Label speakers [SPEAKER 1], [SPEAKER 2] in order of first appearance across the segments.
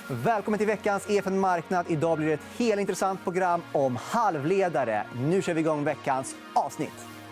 [SPEAKER 1] Välkommen till veckans EFN Marknad. Idag blir det ett helt intressant program om halvledare. Nu kör vi igång veckans avsnitt.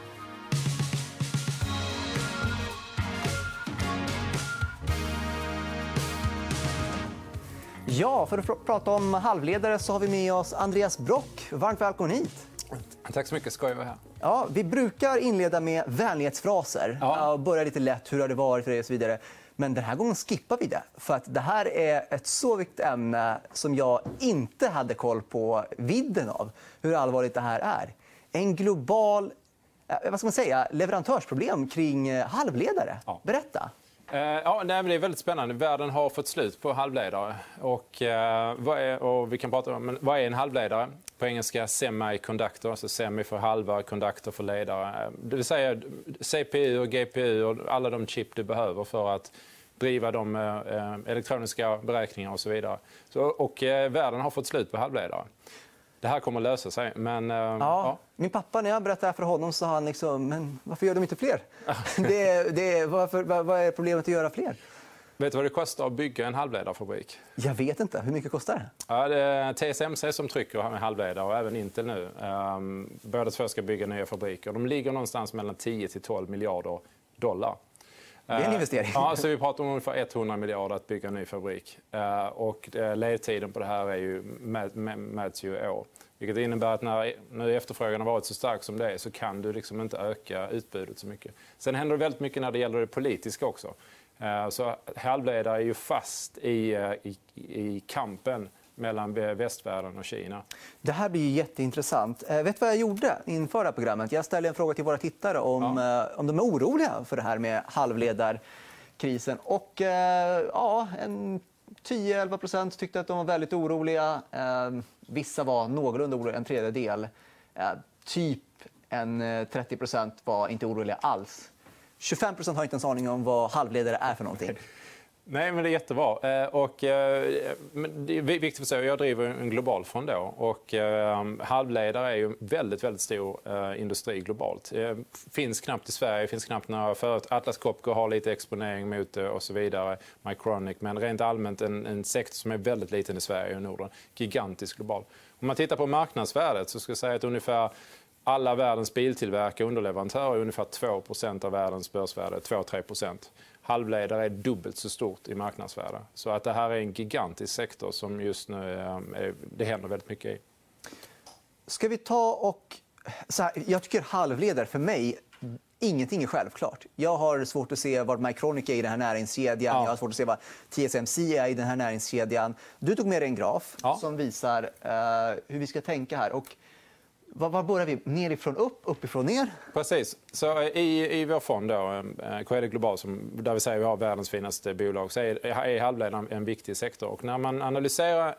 [SPEAKER 1] Ja, för att prata om halvledare så har vi med oss Andreas Brock. Varmt välkommen hit.
[SPEAKER 2] Tack så mycket. Ska jag vara här.
[SPEAKER 1] Ja, vi brukar inleda med vänlighetsfraser. Ja. Börja lite lätt. Hur har det varit för er och så vidare. Men den här gången skippar vi det. För att det här är ett så viktigt ämne som jag inte hade koll på vidden av. Hur allvarligt det här är. En global leverantörsproblem kring halvledare. Ja. Berätta.
[SPEAKER 2] Ja, det är väldigt spännande. Världen har fått slut på halvledare. Och vi kan prata om vad är en halvledare? På engelska semiconductor, alltså semi för halva, conductor för ledare. Det vill säga CPU och GPU och alla de chip du behöver för att driva de elektroniska beräkningar och så vidare. Och världen har fått slut på halvledare. Det här kommer att lösa sig. Men, ja.
[SPEAKER 1] Min pappa, när jag berättade för honom, sa han liksom, men varför gör de inte fler? Vad är problemet att göra fler?
[SPEAKER 2] Vet du vad det kostar att bygga en halvledarfabrik?
[SPEAKER 1] Jag vet inte. Hur mycket kostar det?
[SPEAKER 2] Ja, det är TSMC som trycker med halvledare och även Intel nu. Båda två ska bygga nya fabriker. De ligger någonstans mellan 10 till 12 miljarder dollar.
[SPEAKER 1] Det är en investering.
[SPEAKER 2] Ja, så vi pratar om ungefär 100 miljarder att bygga en ny fabrik. Och ledtiden på det här är ju mäts ju i år. Vilket innebär att när efterfrågan har varit så stark som det är så kan du liksom inte öka utbudet så mycket. Sen händer det väldigt mycket när det gäller det politiska också. Så halvledare är ju fast i kampen mellan västvärlden och Kina.
[SPEAKER 1] Det här blir ju jätteintressant. Vet du vad jag gjorde inför det här programmet? Jag ställde en fråga till våra tittare om de är oroliga för det här med halvledarkrisen. Och en 10-11% tyckte att de var väldigt oroliga. Vissa var någorlunda oroliga, en tredjedel. Typ en 30% var inte oroliga alls. 25% har inte en aning om vad halvledare är för någonting.
[SPEAKER 2] Nej, men det är jättebra. Men det är viktigt att säga att jag driver en global fond då. Och halvledare är ju väldigt, väldigt stor industri globalt. Det finns knappt i Sverige, finns knappt några företag. Atlas Copco har lite exponering mot det och så vidare. Mycronic, men rent allmänt en sektor som är väldigt liten i Sverige och Norden. Gigantisk global. Om man tittar på marknadsvärdet så ska jag säga att ungefär alla världens biltillverkare och underleverantörer är ungefär 2% av världens börsvärde, 2-3%. Halvledare är dubbelt så stort i marknadsvärde. Så att det här är en gigantisk sektor som just nu det händer väldigt mycket i.
[SPEAKER 1] Ska vi ta och... jag tycker halvledare för mig, ingenting är självklart. Jag har svårt att se vad Mycronic är i den här näringskedjan. Jag har svårt att se vad TSMC är i den här näringskedjan. Du tog med dig en graf som visar hur vi ska tänka här. Och var börjar vi? Nerifrån upp, uppifrån ner?
[SPEAKER 2] Precis. Så i vår fond då, KD Global, där vi säger vi har världens finaste bolag, så är halvledaren en viktig sektor. Och när man analyserar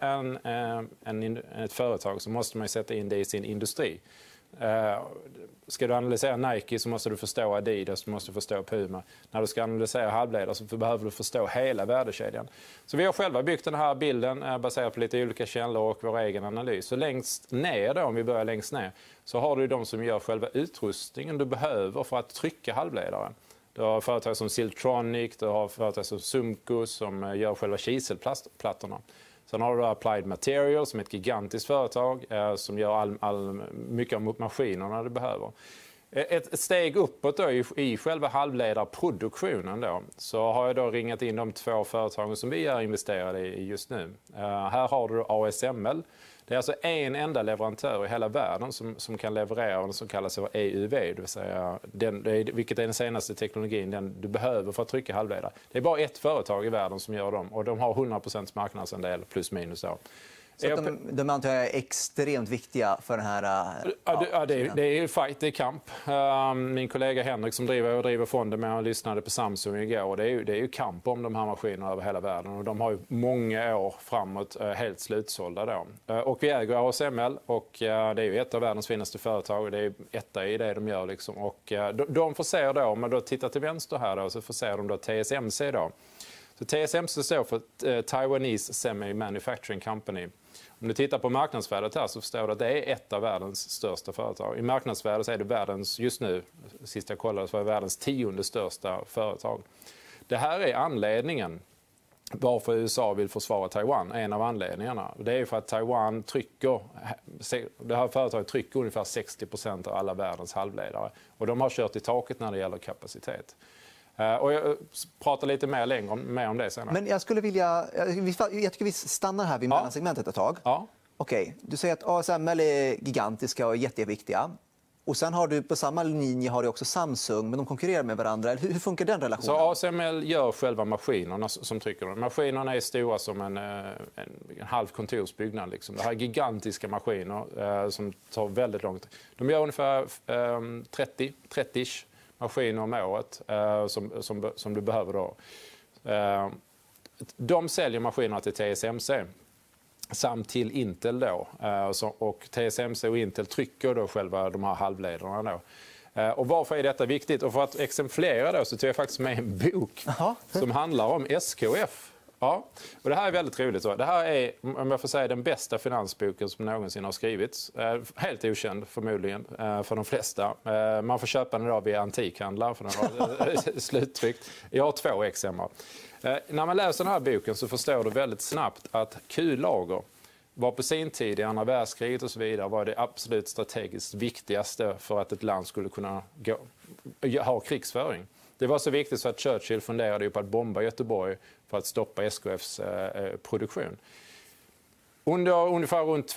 [SPEAKER 2] ett företag så måste man sätta in det i sin industri. Ska du analysera Nike så måste du förstå Adidas, du måste förstå Puma. När du ska analysera halvledare så behöver du förstå hela värdekedjan. Så vi har själva byggt den här bilden baserat på lite olika källor och vår egen analys. Så längst ner då, om vi börjar längst ner, så har du de som gör själva utrustningen du behöver för att trycka halvledaren. Du har företag som Siltronic, du har företag som Sumco som gör själva kiselplattorna. Sen har du Applied Materials som är ett gigantiskt företag som gör mycket av maskinerna du behöver. Ett steg uppåt då i själva halvledarproduktionen då, så har jag då ringat in de två företagen som vi är investerade i just nu. Här har du ASML. Det är alltså en enda leverantör i hela världen som kan leverera vad som kallas för EUV, det vill säga vilket är den senaste teknologin den du behöver för att trycka halvledare. Det är bara ett företag i världen som gör dem och de har 100% marknadsandel plus minus då.
[SPEAKER 1] Så att de antar jag är extremt viktiga för den här...
[SPEAKER 2] det är ju fight, det är kamp. Min kollega Henrik som driver fonden med och lyssnade på Samsung igår. Det är ju kamp om de här maskinerna över hela världen. Och de har ju många år framåt helt slutsålda då. Och vi äger ASML och det är ju ett av världens finaste företag. Det är etta i det de gör liksom. Och de förser då, om man då tittar till vänster här då, så förser de då TSMC då. Så TSMC står för Taiwanese Semi Manufacturing Company. Om du tittar på marknadsvärdet här så förstår du att det är ett av världens största företag. I marknadsvärdet så är det världens, just nu, sist jag kollade, så var det världens 10:e största företag. Det här är anledningen varför USA vill försvara Taiwan. En av anledningarna. Det är för att Taiwan det här företaget trycker ungefär 60% av alla världens halvledare. Och de har kört i taket när det gäller kapacitet. Och jag pratar lite mer om det senare.
[SPEAKER 1] Men jag tycker vi stannar här vid mellansegmentet ett tag.
[SPEAKER 2] Ja.
[SPEAKER 1] Okej, du säger att ASML är gigantiska och jätteviktiga. Och sen har du på samma linje har du också Samsung, men de konkurrerar med varandra. Hur funkar den relationen?
[SPEAKER 2] Så ASML gör själva maskinerna som trycker dem. Maskinerna är stora som en halv kontorsbyggnad. Liksom. Det här är gigantiska maskiner som tar väldigt långt. De gör ungefär 30-ish maskiner om året som du behöver då. De säljer maskinerna till TSMC. Samt till Intel då. Och TSMC och Intel trycker då själva de här halvledarna då. Och varför är detta viktigt? Och för att exemplifiera då så tog jag faktiskt med en bok som handlar om SKF. Ja, och det här är väldigt roligt. Det här är, om jag får säga, den bästa finansboken som någonsin har skrivits. Helt okänd förmodligen för de flesta. Man får köpa den idag via antikhandlar för den var sluttryckt. Jag har 2 exemplar. När man läser den här boken så förstår du väldigt snabbt att kullager var på sin tid i andra världskriget och så vidare var det absolut strategiskt viktigaste för att ett land skulle kunna ha krigsföring. Det var så viktigt så att Churchill funderade på att bomba Göteborg för att stoppa SKFs produktion. Ungefär runt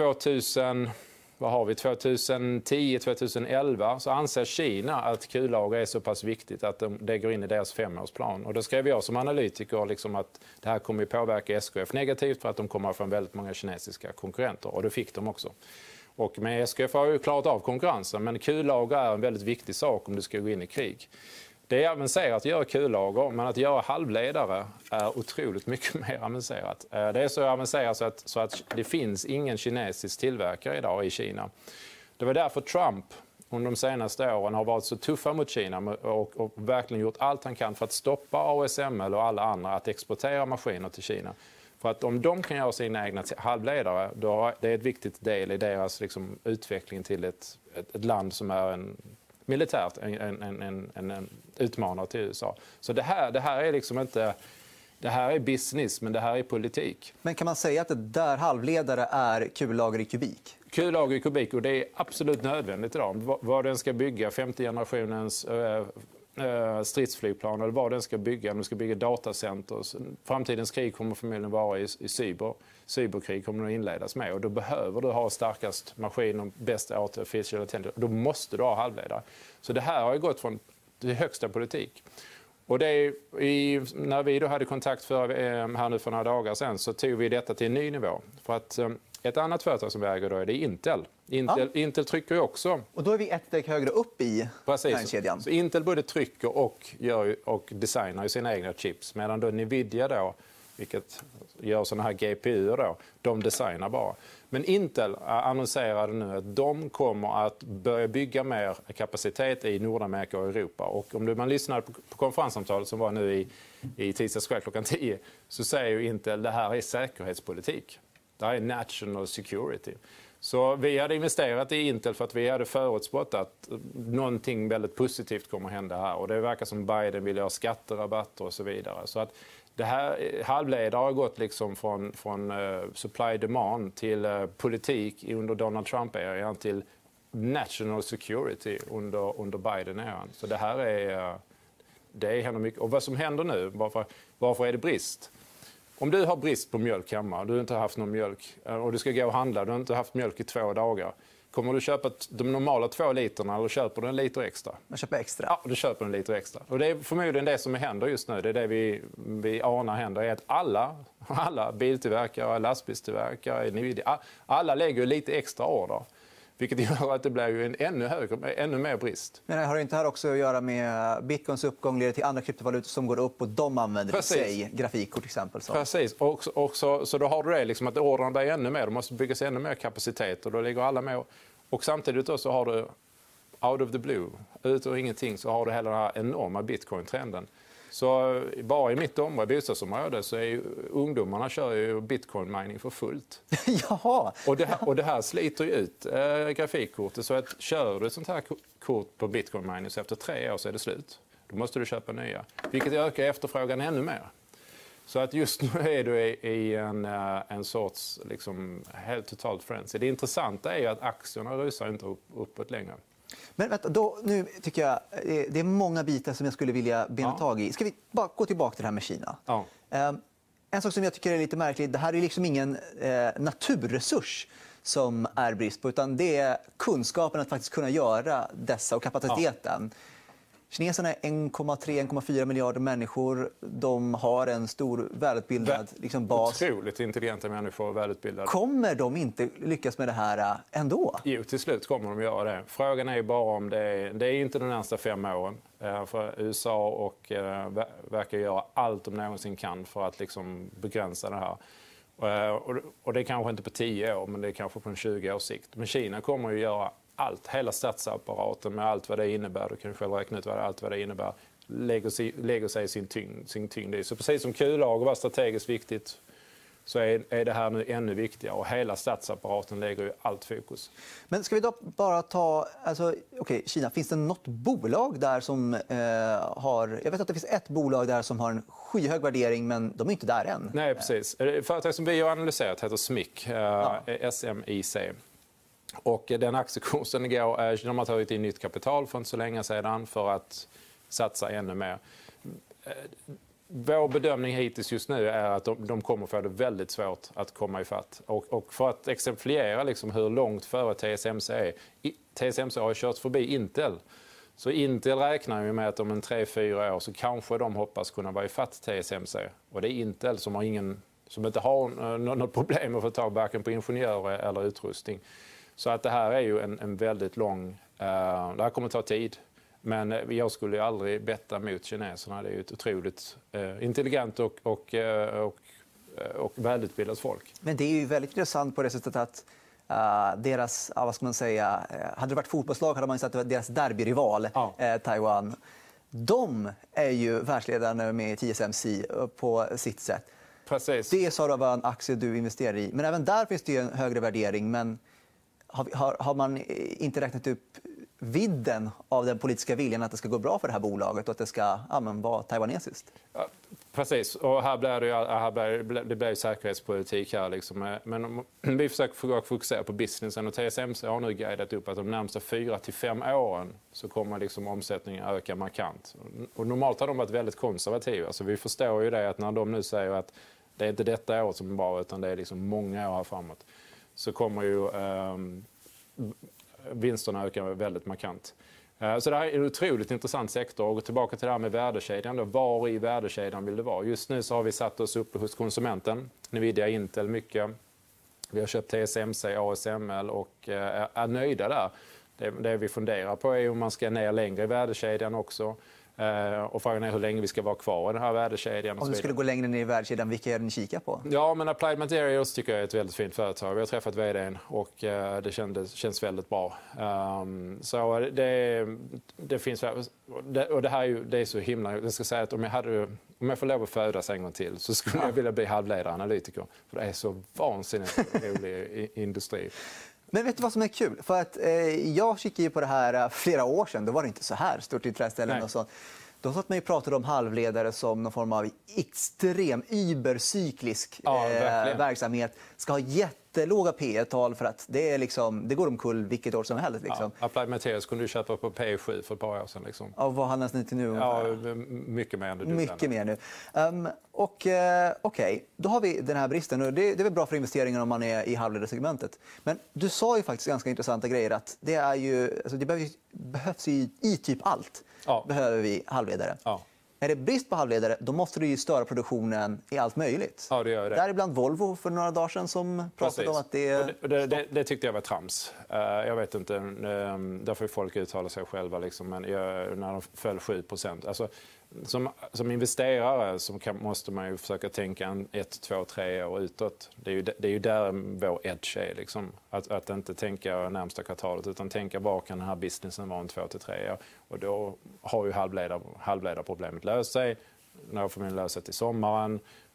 [SPEAKER 2] 2010-2011 så anser Kina att kullager är så pass viktigt att det går in i deras 5-årsplan. Och då skrev jag som analytiker liksom att det här kommer att påverka SKF negativt för att de kommer från väldigt många kinesiska konkurrenter. Och det fick de också. Och med SKF har ju klarat av konkurrensen, men kullager är en väldigt viktig sak om du ska gå in i krig. Det är avancerat att göra kullager, men att göra halvledare är otroligt mycket mer avancerat. Det är så avancerat så att det finns ingen kinesisk tillverkare idag i Kina. Det var därför Trump under de senaste åren har varit så tuffa mot Kina och verkligen gjort allt han kan för att stoppa ASML och alla andra att exportera maskiner till Kina. För att om de kan göra sina egna halvledare, då är det ett viktigt del i deras liksom, utveckling till ett land som är militärt en utmanare till USA. Så det här är liksom inte... Det här är business, men det här är politik.
[SPEAKER 1] Men kan man säga att det där halvledare är kullager i kubik?
[SPEAKER 2] Kullager i kubik, och det är absolut nödvändigt idag. Vad den ska bygga, 50 generationens stridsflygplan, eller vad den ska bygga. Den ska bygga datacenter. Framtidens krig kommer förmodligen vara i cyberkrig kommer att inledas med. Och då behöver du ha starkast maskin och bäst artificial intelligence. Då måste du ha halvledare. Så det här har ju gått från till högsta politik. Och när vi då hade kontakt här nu för några dagar sedan så tog vi detta till en ny nivå. För att ett annat företag som vi äger då är det Intel. Intel trycker ju också.
[SPEAKER 1] Och då är vi ett steg högre upp i kedjan.
[SPEAKER 2] Så Intel både trycker och designar ju sina egna chips. Medan då Nvidia då, vilket gör såna här GPU då, de designar bara. Men Intel annonserade nu att de kommer att börja bygga mer kapacitet i Nordamerika och Europa. Och om man lyssnar på konferenssamtalet som var nu i tisdags kväll klockan 10 så säger ju Intel att det här är säkerhetspolitik. Det här är national security. Så vi hade investerat i Intel för att vi hade förutspått att någonting väldigt positivt kommer att hända här. Och det verkar som Biden vill ha skatterabatter och så vidare. Så att det här halvledare har gått liksom från supply demand till politik under Donald Trump-eran till national security under Biden-eran. Så det här händer mycket. Och vad som händer nu, varför är det brist? Om du har brist på mjölk hemma, du har inte haft någon mjölk och du ska gå och handla, du har inte haft mjölk i 2 dagar. Kommer du köpa de normala 2 literna eller köper du en liter extra?
[SPEAKER 1] Man köper extra.
[SPEAKER 2] Ja, du köper en liter extra. Och det är förmodligen det som händer just nu. Det är det vi anar händer. Är att alla biltillverkare, lastbilstillverkare, alla lägger lite extra order. Vilket gör att det blir ju en ännu mer brist.
[SPEAKER 1] Men har det inte här också att göra med bitcoins uppgång leder till andra kryptovalutor som går upp och de använder sig grafikkort till exempel? Så.
[SPEAKER 2] Precis. Så då har du det liksom att ordrarna blir ännu mer. Det måste byggas ännu mer kapacitet och då ligger alla med. Och samtidigt då så har du out of the blue, ut och ingenting, så har du hela den här enorma bitcoin-trenden. Så bara i mitt område, bostadsområde, så är ungdomarna kör ju bitcoin-mining för fullt.
[SPEAKER 1] Jaha.
[SPEAKER 2] Och det här sliter ju ut grafikkortet. Så att kör du ett sånt här kort på bitcoin-mining så efter 3 år så är det slut. Då måste du köpa nya. Vilket ökar efterfrågan ännu mer. Så att just nu är du i en sorts liksom, helt totalt frenzy. Det intressanta är ju att aktierna rusar inte uppåt längre.
[SPEAKER 1] Men vänta, nu tycker jag det är många bitar som jag skulle vilja bena tag i. Ska vi bara gå tillbaka till det här med Kina?
[SPEAKER 2] Ja.
[SPEAKER 1] En sak som jag tycker är lite märklig, det här är liksom ingen naturresurs som är brist på, utan det är kunskapen att faktiskt kunna göra dessa och kapaciteten. Ja. Kineserna är 1,3-1,4 miljarder människor. De har en stor välutbildad bas.
[SPEAKER 2] Otroligt intelligenta människor, välutbildade.
[SPEAKER 1] Kommer de inte lyckas med det här ändå?
[SPEAKER 2] Jo, till slut kommer de göra det. Frågan är ju bara om det är inte de närmaste 5 åren. För USA och verkar göra allt de någonsin kan för att liksom begränsa det här. Och det är kanske inte på 10 år, men det är kanske på en 20 års sikt. Men Kina kommer ju göra allt, hela statsapparaten med allt vad det innebär. Du kan själv räkna ut allt vad det innebär. Lägger sig sin tyngd i. Så precis som kullager var strategiskt viktigt så är det här nu ännu viktigare. Och hela statsapparaten lägger ju allt fokus.
[SPEAKER 1] Men ska vi då bara ta... Kina, finns det något bolag där som har... Jag vet att det finns ett bolag där som har en skyhög värdering, men de är inte där än.
[SPEAKER 2] Nej, precis. Företag som vi har analyserat heter SMIC. SMIC. Och den aktiekursen igår, de har tagit in nytt kapital för inte så länge sedan för att satsa ännu mer. Vår bedömning hittills just nu är att de kommer få det väldigt svårt att komma ifatt. Och för att exemplifiera liksom hur långt före TSMC är. TSMC har kört förbi Intel. Så Intel räknar ju med att om 3-4 år så kanske de hoppas kunna vara ifatt TSMC. Och det är Intel som inte har något problem att få tag varken på ingenjörer eller utrustning. Så att det här är ju en väldigt lång... det här kommer att ta tid. Men jag skulle ju aldrig betta mot kineserna. Det är ju ett otroligt intelligent och välutbildat folk.
[SPEAKER 1] Men det är ju väldigt intressant på det sättet att deras, vad ska man säga, hade det varit fotbollslag hade man sagt att deras derbyrival, Taiwan. De är ju världsledande med TSMC på sitt sätt.
[SPEAKER 2] Precis.
[SPEAKER 1] Det sa du var en aktie du investerar i. Men även där finns det ju en högre värdering. Men har man inte räknat upp vidden av den politiska viljan att det ska gå bra för det här bolaget och att det ska vara taiwanesiskt?
[SPEAKER 2] Ja, precis. Och här blir det säkerhetspolitik här. Liksom. Men vi försöker fokusera på businessen och TSMC har nu guidat upp att de närmaste 4-5 åren så kommer liksom omsättningen öka markant. Och normalt har de varit väldigt konservativa. Så vi förstår ju det att när de nu säger att det är inte detta år som är bra utan det är liksom många år här framåt så kommer ju vinsterna öka väldigt markant. Så det här är en otroligt intressant sektor. Och tillbaka till det här med värdekedjan. Då. Var i värdekedjan vill det vara? Just nu så har vi satt oss upp hos konsumenten. Nvidia, Intel mycket. Vi har köpt TSMC, ASML och är nöjda där. Det vi funderar på är om man ska ner längre i värdekedjan också. Och frågan är hur länge vi ska vara kvar i den här värdekedjan.
[SPEAKER 1] Om du skulle gå längre ner i värdekedjan, vilka är det ni kikar på?
[SPEAKER 2] Ja, men Applied Materials tycker jag är ett väldigt fint företag. Vi har träffat vd:n och det känns väldigt bra. Så det finns... Och det här är så himla... Jag ska säga att om jag får lov att födas en gång till så skulle jag vilja bli halvledaranalytiker. För det är så vansinnigt rolig industri.
[SPEAKER 1] Men vet du vad som är kul? För att jag kikade ju på det här flera år sedan. Då var det inte så här stort intresse eller något sånt. Då satt man ju pratade om halvledare som någon form av extrem, übercyklisk verksamhet. Ska ha jättelåga P/E-tal för att det går omkull vilket år som helst. Liksom.
[SPEAKER 2] Ja, Applied Materials kunde du köpa på P7 för ett par år sedan. Liksom.
[SPEAKER 1] Ja, vad handlas ni till nu?
[SPEAKER 2] Ja, mycket mer än du.
[SPEAKER 1] Mycket mer nu. Okej, då har vi den här bristen. Och det är väl bra för investeringar om man är i halvledarsegmentet. Men du sa ju faktiskt ganska intressanta grejer att det är ju, alltså det behövs ju i typ allt. Behöver vi halvledare. Ja. Är det brist på halvledare, då måste du ju störa produktionen i allt möjligt.
[SPEAKER 2] Ja, det gör det.
[SPEAKER 1] Däribland Volvo för några dagar sedan som pratade om att
[SPEAKER 2] det tyckte jag var trams. Jag vet inte, där får folk uttala sig själva. Liksom, men när de föll 7%. Alltså, som investerare måste man ju försöka tänka 1, 2, 3 år utåt. Det är ju där vår edge är. Liksom. Att inte tänka närmsta kvartalet utan tänka var kan den här businessen vara 2 till 3 år. Och då har ju halvledarproblemet löst sig. När får man lösa till sommaren.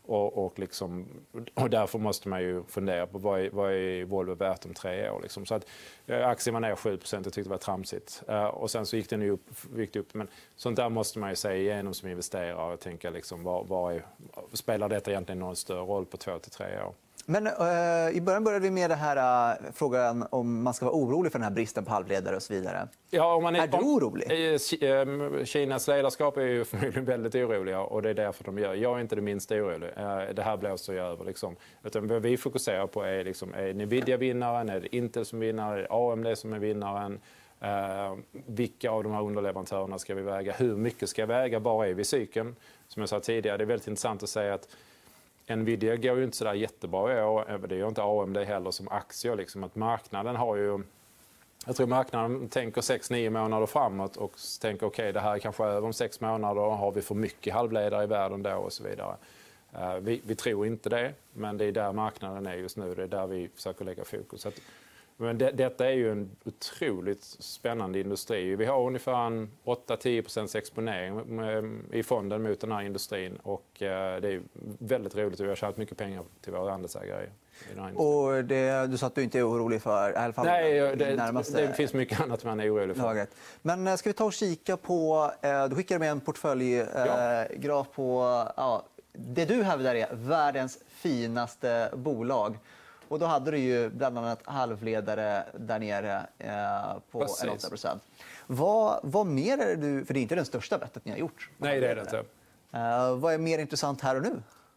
[SPEAKER 2] Och därför måste man ju fundera på vad är Volvo värt om 3 år. Liksom. Så att aktien var ner 7%, jag tyckte det var tramsigt. Och sen så gick den upp. Men sånt där måste man ju se igenom som investerare och tänka liksom, spelar detta egentligen någon större roll på 2 till 3 år?
[SPEAKER 1] Men i början började vi med det här frågan om man ska vara orolig för den här bristen på halvledare och så vidare.
[SPEAKER 2] Ja,
[SPEAKER 1] är du orolig?
[SPEAKER 2] Kinas ledarskap är ju förmodligen väldigt oroliga och det är därför de gör. Jag är inte det minsta orolig. Det här blåser ju över. Liksom. Utan vad vi fokuserar på är, liksom, är Nvidia vinnaren, är det Intel som vinnare, är det AMD som är vinnaren? Vilka av de här underleverantörerna ska vi väga? Hur mycket ska jag väga? Bara är vi cykeln? Som jag sa tidigare, det är väldigt intressant att säga att Nvidia går ju inte så där jättebra i år. Det gör inte AMD heller som aktier. Liksom. Att marknaden har ju... Jag tror marknaden tänker 6-9 månader framåt och tänker okej, det här är kanske över om 6 månader. Har vi för mycket halvledare i världen då och så vidare. Vi tror inte det, men det är där marknaden är just nu. Det är där vi försöker lägga fokus. Men detta är ju en otroligt spännande industri. Vi har ungefär 8-10% exponering i fonden mot den här industrin. Och det är väldigt roligt och vi har tjänat mycket pengar till våra andelsägare.
[SPEAKER 1] Och du sa att du inte är orolig för i alla fall.
[SPEAKER 2] Nej, det finns mycket annat man är orolig för.
[SPEAKER 1] Laget. Men ska vi ta och kika på... Du skickade med en portföljgraf på det du hävdar är världens finaste bolag. Och då hade du ju bland annat halvledare där nere på 8%. Vad mer är det för det är inte den största bettet ni har gjort?
[SPEAKER 2] Nej, det är det inte.
[SPEAKER 1] Vad är mer intressant här och nu?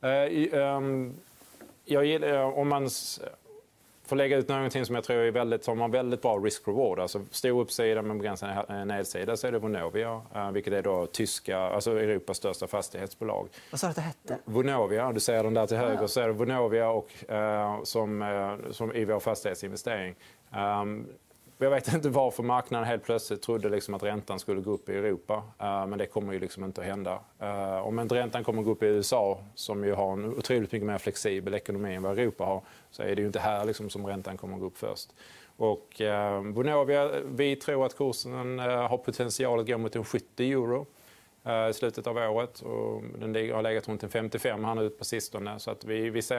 [SPEAKER 2] Jag gillar, om man får lägga ut någonting som jag tror är som har väldigt bra risk-reward, alltså stor uppsida med begränsad nedsida, så är det Vonovia, vilket är då alltså Europas största fastighetsbolag.
[SPEAKER 1] Vad sa du att det hette?
[SPEAKER 2] Vonovia, du ser den där till höger, så är det Vonovia och, som i vår fastighetsinvestering. Jag vet inte varför marknaden helt plötsligt trodde liksom att räntan skulle gå upp i Europa. Men det kommer ju liksom inte att hända. Om inte räntan kommer att gå upp i USA, som ju har en otroligt mycket mer flexibel ekonomi än vad Europa har, så är det ju inte här liksom som räntan kommer att gå upp först. Och Vonovia, vi tror att kursen har potential att gå mot en 70 euro i slutet av året. Och den har legat runt en 55 här nu på sistone. Så att vi ser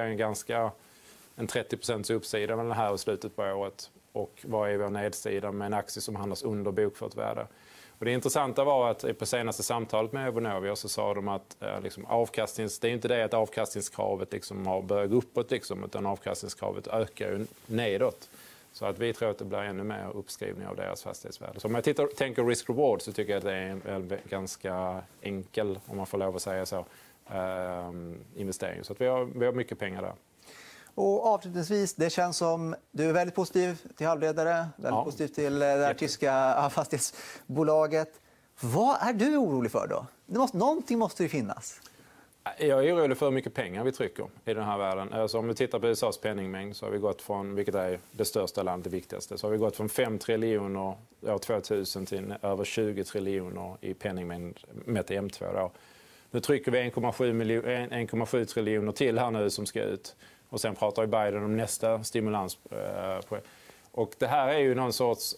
[SPEAKER 2] en 30% uppsida med den här i slutet på året. Och vad är vår nedsida med en aktie som handlas under bokfört värde. Och det intressanta var att på senaste samtalet med Vonovia så sa de att det är inte det att avkastningskravet liksom har börjat uppåt, utan avkastningskravet ökar ju nedåt. Så att vi tror att det blir ännu mer uppskrivning av deras fastighetsvärde. Så om jag tänker risk-reward så tycker jag att det är en ganska enkel, om man får lov att säga så, investering. Så att vi har mycket pengar där.
[SPEAKER 1] Och avslutningsvis, det känns som du är väldigt positiv till halvledare, väldigt positiv till det här tyska fastighetsbolaget. Vad är du orolig för då? Någonting måste ju finnas.
[SPEAKER 2] Jag är orolig för hur mycket pengar vi trycker i den här världen. Alltså om vi tittar på USAs penningmängd så har vi gått från, vilket är det största landet, det viktigaste, så har vi gått från 5 triljoner år 2000 till över 20 triljoner i penningmängd mätt i M2 då. Nu trycker vi 1,7 triljoner till här nu som ska ut. Och sen pratar ju Biden om nästa stimulans. Och det här är ju någon sorts...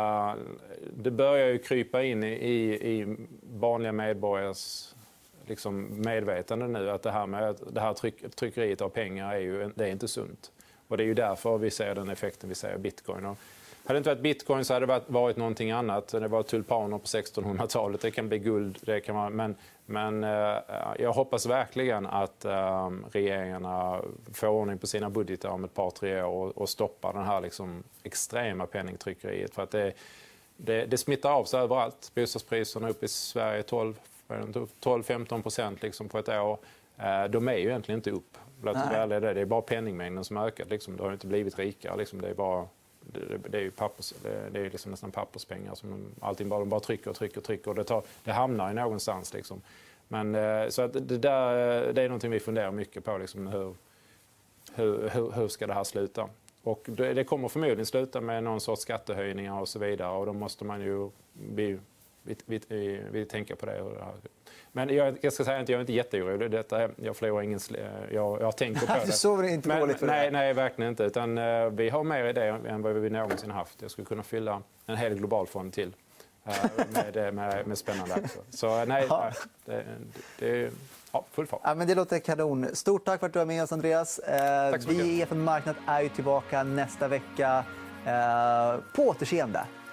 [SPEAKER 2] det börjar ju krypa in i vanliga medborgares liksom medvetande nu att det här tryckeriet av pengar det är inte sunt. Och det är ju därför vi ser den effekten vi ser i bitcoin. Och hade det inte varit bitcoin så hade det varit någonting annat. Det var tulpaner på 1600-talet. Det kan bli guld. Det kan vara, men jag hoppas verkligen att regeringarna får ordning på sina budgetar om ett par, 3 år och stoppar den här liksom extrema penningtryckeriet. För att det smittar av sig överallt. Bostadspriserna är uppe i Sverige 12-15% liksom på ett år. De är ju egentligen inte upp. Det är bara penningmängden som har ökat. Liksom. Det har inte blivit rikare. Liksom. Det är ju det är liksom nästan papperspengar som de bara trycker och det hamnar ju någonstans liksom. Men så att det är någonting vi funderar mycket på liksom, hur ska det här sluta? Och det kommer förmodligen sluta med någon sorts skattehöjningar och så vidare och då måste man ju vi tänker på det. Men jag ska säga att jag är inte jätteorolig. Jag förlorar ingen... Jag tänker på det.
[SPEAKER 1] Du sover inte dåligt för det?
[SPEAKER 2] Nej, verkligen inte. Utan, vi har mer idéer än vad vi någonsin haft. Jag skulle kunna fylla en hel global fond till med spännande aktier. Så nej, Ja, full fart.
[SPEAKER 1] Ja, men det låter kanon. Stort tack för att du var med oss, Andreas.
[SPEAKER 2] Tack så mycket.
[SPEAKER 1] Vi från Marknad är ju tillbaka nästa vecka. På återseende.